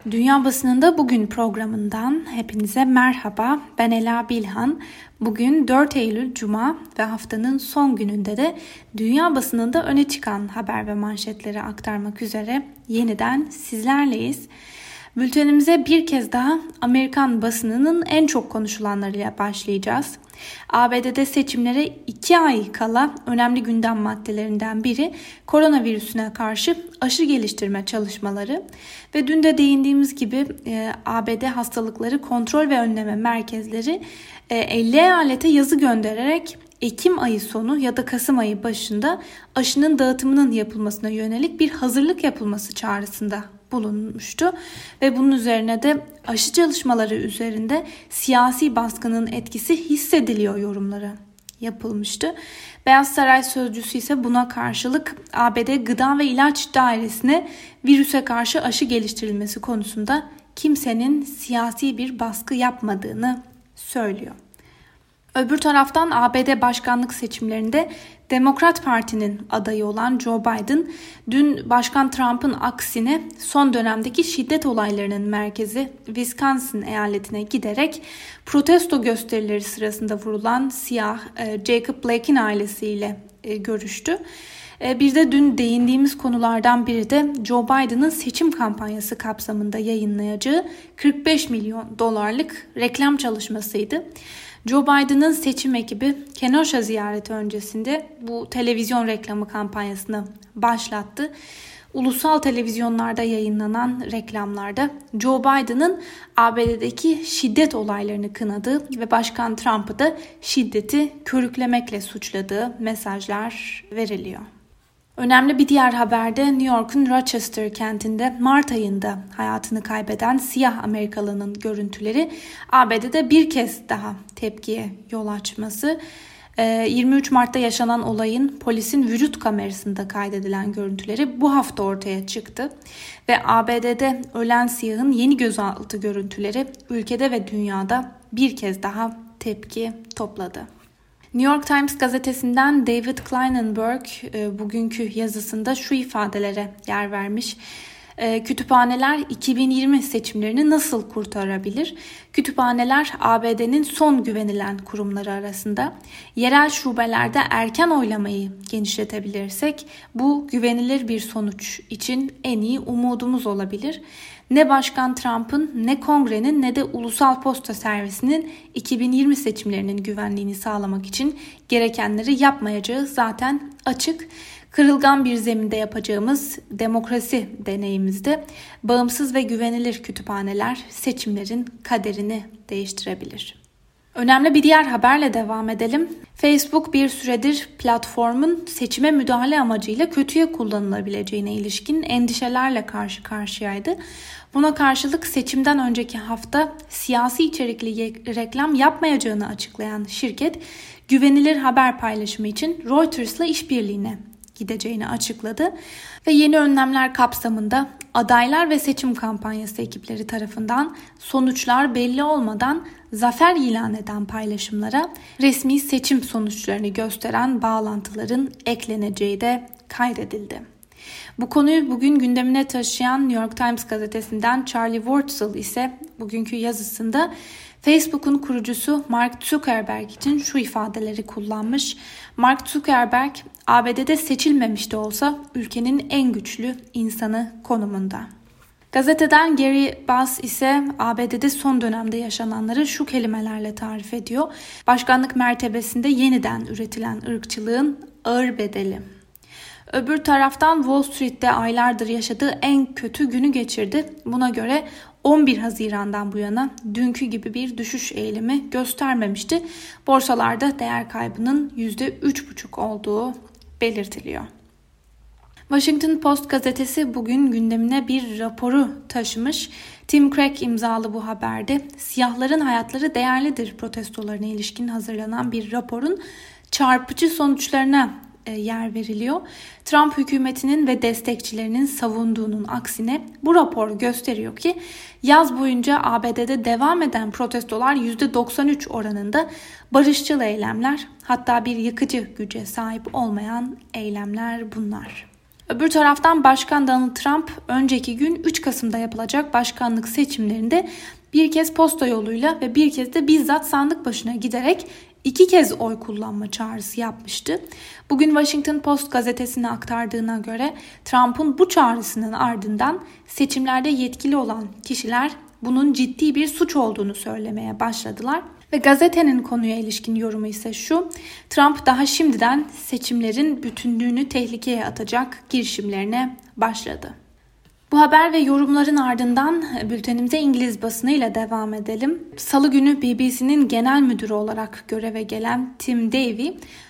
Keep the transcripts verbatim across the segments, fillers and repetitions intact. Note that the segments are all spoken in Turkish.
Dünya Basınında Bugün programından hepinize merhaba. Ben Ela Bilhan. Bugün dört Eylül Cuma ve haftanın son gününde de dünya basınında öne çıkan haber ve manşetleri aktarmak üzere yeniden sizlerleyiz. Bültenimize bir kez daha Amerikan basınının en çok konuşulanlarıyla başlayacağız. A B D'de seçimlere iki ay kala önemli gündem maddelerinden biri koronavirüsüne karşı aşı geliştirme çalışmaları ve dün de değindiğimiz gibi e, A B D Hastalıkları Kontrol ve Önleme Merkezleri e, elli eyalete yazı göndererek Ekim ayı sonu ya da Kasım ayı başında aşının dağıtımının yapılmasına yönelik bir hazırlık yapılması çağrısında bulunmuştu ve bunun üzerine de aşı çalışmaları üzerinde siyasi baskının etkisi hissediliyor yorumları yapılmıştı. Beyaz Saray sözcüsü ise buna karşılık A B D Gıda ve İlaç Dairesi'ne virüse karşı aşı geliştirilmesi konusunda kimsenin siyasi bir baskı yapmadığını söylüyor. Öbür taraftan A B D başkanlık seçimlerinde Demokrat Parti'nin adayı olan Joe Biden dün Başkan Trump'ın aksine son dönemdeki şiddet olaylarının merkezi Wisconsin eyaletine giderek protesto gösterileri sırasında vurulan siyah Jacob Blake'in ailesiyle görüştü. Bir de dün değindiğimiz konulardan biri de Joe Biden'ın seçim kampanyası kapsamında yayınlayacağı kırk beş milyon dolarlık reklam çalışmasıydı. Joe Biden'ın seçim ekibi Kenosha ziyareti öncesinde bu televizyon reklamı kampanyasını başlattı. Ulusal televizyonlarda yayınlanan reklamlarda Joe Biden'ın A B D'deki şiddet olaylarını kınadığı ve Başkan Trump'ı da şiddeti körüklemekle suçladığı mesajlar veriliyor. Önemli bir diğer haberde New York'un Rochester kentinde Mart ayında hayatını kaybeden siyah Amerikalının görüntüleri A B D'de bir kez daha tepkiye yol açması. yirmi üç Mart'ta yaşanan olayın polisin vücut kamerasında kaydedilen görüntüleri bu hafta ortaya çıktı. Ve A B D'de ölen siyahın yeni gözaltı görüntüleri ülkede ve dünyada bir kez daha tepki topladı. New York Times gazetesinden David Kleinenberg e, bugünkü yazısında şu ifadelere yer vermiş. E, kütüphaneler iki bin yirmi seçimlerini nasıl kurtarabilir? Kütüphaneler A B D'nin son güvenilen kurumları arasında. Yerel şubelerde erken oylamayı genişletebilirsek bu güvenilir bir sonuç için en iyi umudumuz olabilir. Ne Başkan Trump'ın, ne Kongre'nin, ne de Ulusal Posta Servisi'nin iki bin yirmi seçimlerinin güvenliğini sağlamak için gerekenleri yapmayacağı zaten açık. Kırılgan bir zeminde yapacağımız demokrasi deneyimizde bağımsız ve güvenilir kütüphaneler seçimlerin kaderini değiştirebilir. Önemli bir diğer haberle devam edelim. Facebook bir süredir platformun seçime müdahale amacıyla kötüye kullanılabileceğine ilişkin endişelerle karşı karşıyaydı. Buna karşılık seçimden önceki hafta siyasi içerikli reklam yapmayacağını açıklayan şirket, güvenilir haber paylaşımı için Reuters'la işbirliğine gideceğini açıkladı ve yeni önlemler kapsamında adaylar ve seçim kampanyası ekipleri tarafından sonuçlar belli olmadan zafer ilan eden paylaşımlara resmi seçim sonuçlarını gösteren bağlantıların ekleneceği de kaydedildi. Bu konuyu bugün gündemine taşıyan New York Times gazetesinden Charlie Wurtzel ise bugünkü yazısında Facebook'un kurucusu Mark Zuckerberg için şu ifadeleri kullanmış. Mark Zuckerberg, A B D'de seçilmemiş de olsa ülkenin en güçlü insanı konumunda. Gazeteden Gary Bass ise A B D'de son dönemde yaşananları şu kelimelerle tarif ediyor. Başkanlık mertebesinde yeniden üretilen ırkçılığın ağır bedeli. Öbür taraftan Wall Street'te aylardır yaşadığı en kötü günü geçirdi. Buna göre on bir Haziran'dan bu yana dünkü gibi bir düşüş eğilimi göstermemişti. Borsalarda değer kaybının yüzde üç buçuk olduğu belirtiliyor. Washington Post gazetesi bugün gündemine bir raporu taşımış. Tim Craig imzalı bu haberde siyahların hayatları değerlidir protestolarına ilişkin hazırlanan bir raporun çarpıcı sonuçlarına yer veriliyor. Trump hükümetinin ve destekçilerinin savunduğunun aksine bu rapor gösteriyor ki yaz boyunca A B D'de devam eden protestolar yüzde doksan üç oranında barışçıl eylemler, hatta bir yıkıcı güce sahip olmayan eylemler bunlar. Öbür taraftan Başkan Donald Trump önceki gün üç Kasım'da yapılacak başkanlık seçimlerinde bir kez posta yoluyla ve bir kez de bizzat sandık başına giderek iki kez oy kullanma çağrısı yapmıştı. Bugün Washington Post gazetesine aktardığına göre Trump'ın bu çağrısının ardından seçimlerde yetkili olan kişiler bunun ciddi bir suç olduğunu söylemeye başladılar. Ve gazetenin konuya ilişkin yorumu ise şu: Trump daha şimdiden seçimlerin bütünlüğünü tehlikeye atacak girişimlerine başladı. Bu haber ve yorumların ardından bültenimize İngiliz basınıyla devam edelim. Salı günü B B C'nin genel müdürü olarak göreve gelen Tim Davie,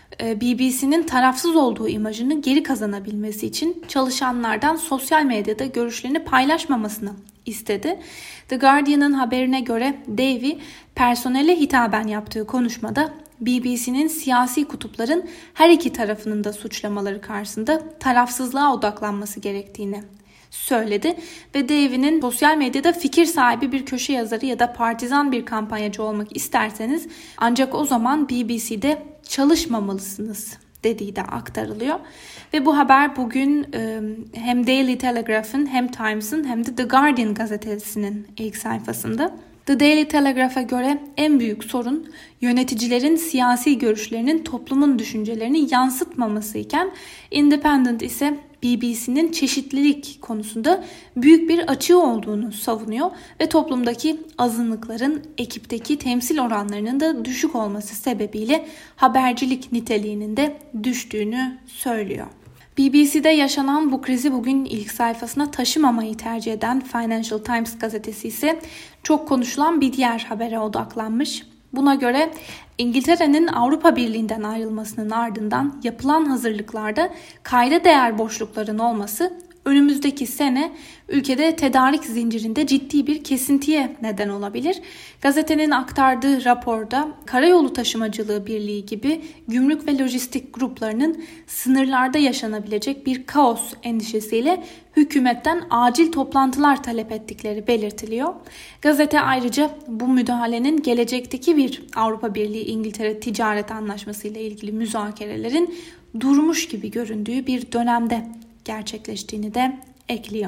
B B C'nin tarafsız olduğu imajını geri kazanabilmesi için çalışanlardan sosyal medyada görüşlerini paylaşmamasını istedi. The Guardian'ın haberine göre Davie, personele hitaben yaptığı konuşmada B B C'nin siyasi kutupların her iki tarafının da suçlamaları karşısında tarafsızlığa odaklanması gerektiğini söyledi ve Davie'nin sosyal medyada fikir sahibi bir köşe yazarı ya da partizan bir kampanyacı olmak isterseniz ancak o zaman B B C'de çalışmamalısınız dediği de aktarılıyor. Ve bu haber bugün hem Daily Telegraph'ın hem Times'ın hem de The Guardian gazetesinin ilk sayfasında. The Daily Telegraph'a göre en büyük sorun yöneticilerin siyasi görüşlerinin toplumun düşüncelerini yansıtmaması iken Independent ise B B C'nin çeşitlilik konusunda büyük bir açığı olduğunu savunuyor ve toplumdaki azınlıkların ekipteki temsil oranlarının da düşük olması sebebiyle habercilik niteliğinin de düştüğünü söylüyor. B B C'de yaşanan bu krizi bugün ilk sayfasına taşımamayı tercih eden Financial Times gazetesi ise çok konuşulan bir diğer habere odaklanmış. Buna göre İngiltere'nin Avrupa Birliği'nden ayrılmasının ardından yapılan hazırlıklarda kayda değer boşlukların olması önümüzdeki sene ülkede tedarik zincirinde ciddi bir kesintiye neden olabilir. Gazetenin aktardığı raporda Karayolu Taşımacılığı Birliği gibi gümrük ve lojistik gruplarının sınırlarda yaşanabilecek bir kaos endişesiyle hükümetten acil toplantılar talep ettikleri belirtiliyor. Gazete ayrıca bu müdahalenin gelecekteki bir Avrupa Birliği-İngiltere ticaret anlaşması ile ilgili müzakerelerin durmuş gibi göründüğü bir dönemde gerçekleştiğini de ekliyor.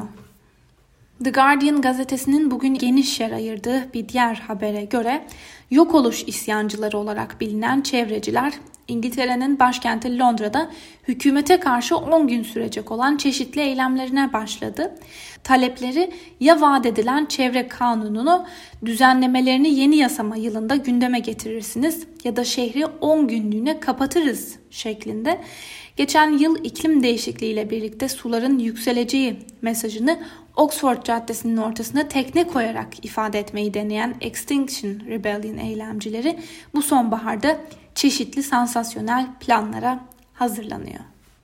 The Guardian gazetesinin bugün geniş yer ayırdığı bir diğer habere göre yok oluş isyancıları olarak bilinen çevreciler İngiltere'nin başkenti Londra'da hükümete karşı on gün sürecek olan çeşitli eylemlerine başladı. Talepleri ya vaat edilen çevre kanununu düzenlemelerini yeni yasama yılında gündeme getirirsiniz ya da şehri on günlüğüne kapatırız şeklinde. Geçen yıl iklim değişikliğiyle birlikte suların yükseleceği mesajını Oxford Caddesi'nin ortasına tekne koyarak ifade etmeyi deneyen Extinction Rebellion eylemcileri bu sonbaharda çeşitli sansasyonel planlara hazırlanıyor.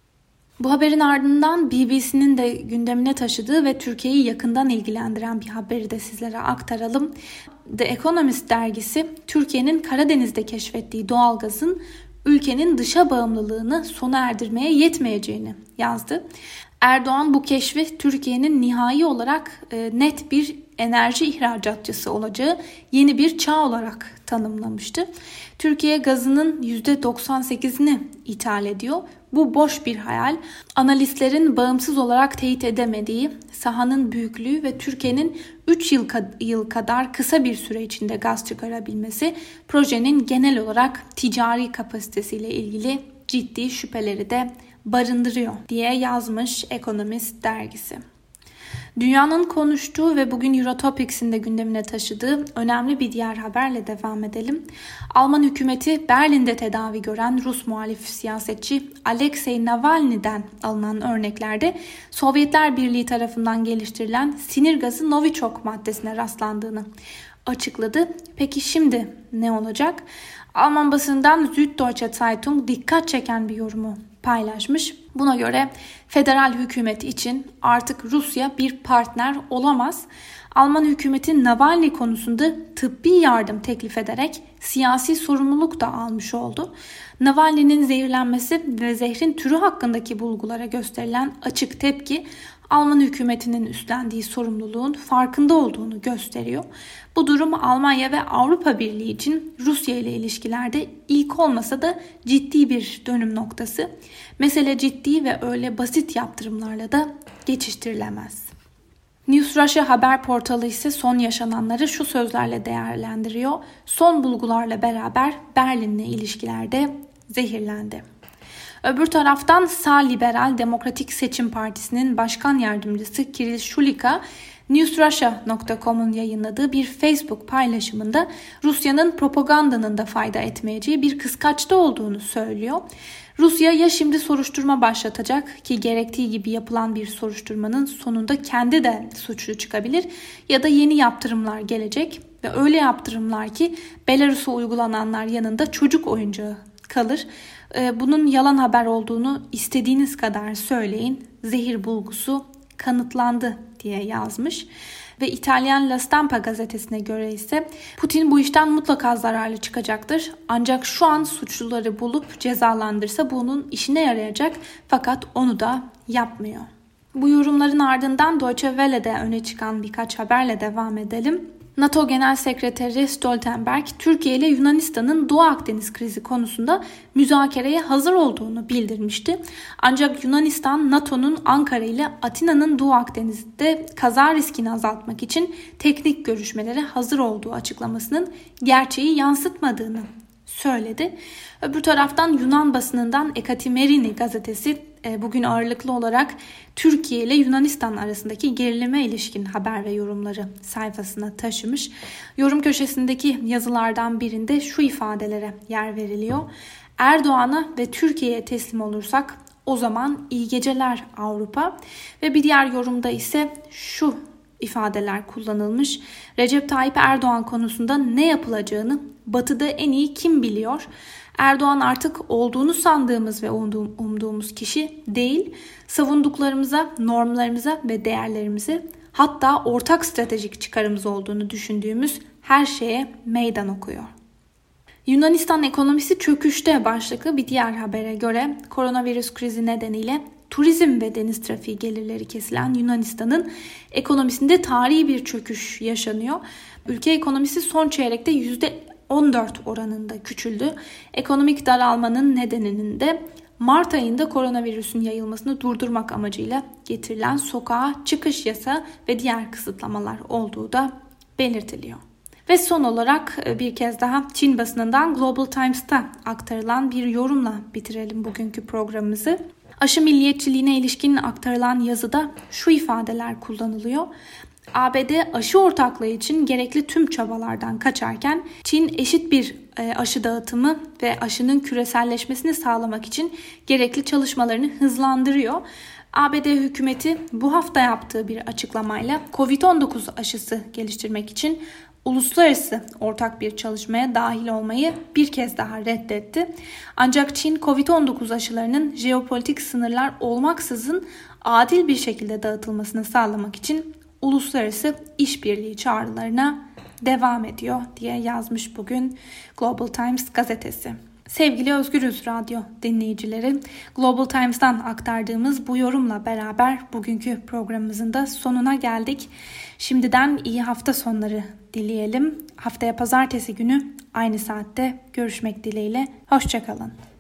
Bu haberin ardından B B C'nin de gündemine taşıdığı ve Türkiye'yi yakından ilgilendiren bir haberi de sizlere aktaralım. The Economist dergisi Türkiye'nin Karadeniz'de keşfettiği doğalgazın ülkenin dışa bağımlılığını sona erdirmeye yetmeyeceğini yazdı. Erdoğan bu keşfi Türkiye'nin nihai olarak e, net bir enerji ihracatçısı olacağı yeni bir çağ olarak tanımlamıştı. Türkiye gazının yüzde doksan sekizini ithal ediyor. Bu boş bir hayal. Analistlerin bağımsız olarak teyit edemediği sahanın büyüklüğü ve Türkiye'nin üç yıl, yıl kadar kısa bir süre içinde gaz çıkarabilmesi projenin genel olarak ticari kapasitesiyle ilgili ciddi şüpheleri de barındırıyor diye yazmış Economist dergisi. Dünyanın konuştuğu ve bugün Eurotopics'in de gündemine taşıdığı önemli bir diğer haberle devam edelim. Alman hükümeti Berlin'de tedavi gören Rus muhalif siyasetçi Alexei Navalny'den alınan örneklerde Sovyetler Birliği tarafından geliştirilen sinir gazı Novichok maddesine rastlandığını açıkladı. Peki şimdi ne olacak? Alman basından Süddeutsche Zeitung dikkat çeken bir yorumu paylaşmış. Buna göre federal hükümet için artık Rusya bir partner olamaz. Alman hükümeti Navalny konusunda tıbbi yardım teklif ederek siyasi sorumluluk da almış oldu. Navalny'nin zehirlenmesi ve zehrin türü hakkındaki bulgulara gösterilen açık tepki Alman hükümetinin üstlendiği sorumluluğun farkında olduğunu gösteriyor. Bu durum Almanya ve Avrupa Birliği için Rusya ile ilişkilerde ilk olmasa da ciddi bir dönüm noktası. Mesele ciddi ve öyle basit yaptırımlarla da geçiştirilemez. News Russia haber portalı ise son yaşananları şu sözlerle değerlendiriyor. Son bulgularla beraber Berlin'le ilişkilerde zehirlendi. Öbür taraftan sağ liberal Demokratik Seçim Partisi'nin başkan yardımcısı Kirill Shulika, newsrussia nokta com'un yayınladığı bir Facebook paylaşımında Rusya'nın propagandanın da fayda etmeyeceği bir kıskaçta olduğunu söylüyor. Rusya ya şimdi soruşturma başlatacak ki gerektiği gibi yapılan bir soruşturmanın sonunda kendi de suçlu çıkabilir ya da yeni yaptırımlar gelecek ve öyle yaptırımlar ki Belarus'a uygulananlar yanında çocuk oyuncağı kalır. Bunun yalan haber olduğunu istediğiniz kadar söyleyin. Zehir bulgusu kanıtlandı diye yazmış. Ve İtalyan La Stampa gazetesine göre ise Putin bu işten mutlaka zararlı çıkacaktır. Ancak şu an suçluları bulup cezalandırsa bunun işine yarayacak, fakat onu da yapmıyor. Bu yorumların ardından Deutsche Welle'de öne çıkan birkaç haberle devam edelim. NATO Genel Sekreteri Stoltenberg, Türkiye ile Yunanistan'ın Doğu Akdeniz krizi konusunda müzakereye hazır olduğunu bildirmişti. Ancak Yunanistan, NATO'nun Ankara ile Atina'nın Doğu Akdeniz'de kaza riskini azaltmak için teknik görüşmelere hazır olduğu açıklamasının gerçeği yansıtmadığını söyledi. Öbür taraftan Yunan basınından Ekatimerini gazetesi bugün ağırlıklı olarak Türkiye ile Yunanistan arasındaki gerilime ilişkin haber ve yorumları sayfasına taşımış. Yorum köşesindeki yazılardan birinde şu ifadelere yer veriliyor. Erdoğan'a ve Türkiye'ye teslim olursak o zaman iyi geceler Avrupa. Ve bir diğer yorumda ise şu ifadeler kullanılmış. Recep Tayyip Erdoğan konusunda ne yapılacağını Batı'da en iyi kim biliyor? Erdoğan artık olduğunu sandığımız ve umduğumuz kişi değil, savunduklarımıza, normlarımıza ve değerlerimize, hatta ortak stratejik çıkarımız olduğunu düşündüğümüz her şeye meydan okuyor. Yunanistan ekonomisi çöküşte başlıklı bir diğer habere göre koronavirüs krizi nedeniyle turizm ve deniz trafiği gelirleri kesilen Yunanistan'ın ekonomisinde tarihi bir çöküş yaşanıyor. Ülke ekonomisi son çeyrekte yüzde on dört oranında küçüldü. Ekonomik daralmanın nedeninin de Mart ayında koronavirüsün yayılmasını durdurmak amacıyla getirilen sokağa çıkış yasağı ve diğer kısıtlamalar olduğu da belirtiliyor. Ve son olarak bir kez daha Çin basınından Global Times'ta aktarılan bir yorumla bitirelim bugünkü programımızı. Aşı milliyetçiliğine ilişkin aktarılan yazıda şu ifadeler kullanılıyor. A B D aşı ortaklığı için gerekli tüm çabalardan kaçarken Çin eşit bir aşı dağıtımı ve aşının küreselleşmesini sağlamak için gerekli çalışmalarını hızlandırıyor. A B D hükümeti bu hafta yaptığı bir açıklamayla kovid on dokuz aşısı geliştirmek için uluslararası ortak bir çalışmaya dahil olmayı bir kez daha reddetti. Ancak Çin kovid on dokuz aşılarının jeopolitik sınırlar olmaksızın adil bir şekilde dağıtılmasını sağlamak için uluslararası işbirliği çağrılarına devam ediyor diye yazmış bugün Global Times gazetesi. Sevgili Özgürüz Radyo dinleyicileri, Global Times'tan aktardığımız bu yorumla beraber bugünkü programımızın da sonuna geldik. Şimdiden iyi hafta sonları dileyelim. Haftaya pazartesi günü aynı saatte görüşmek dileğiyle. Hoşça kalın.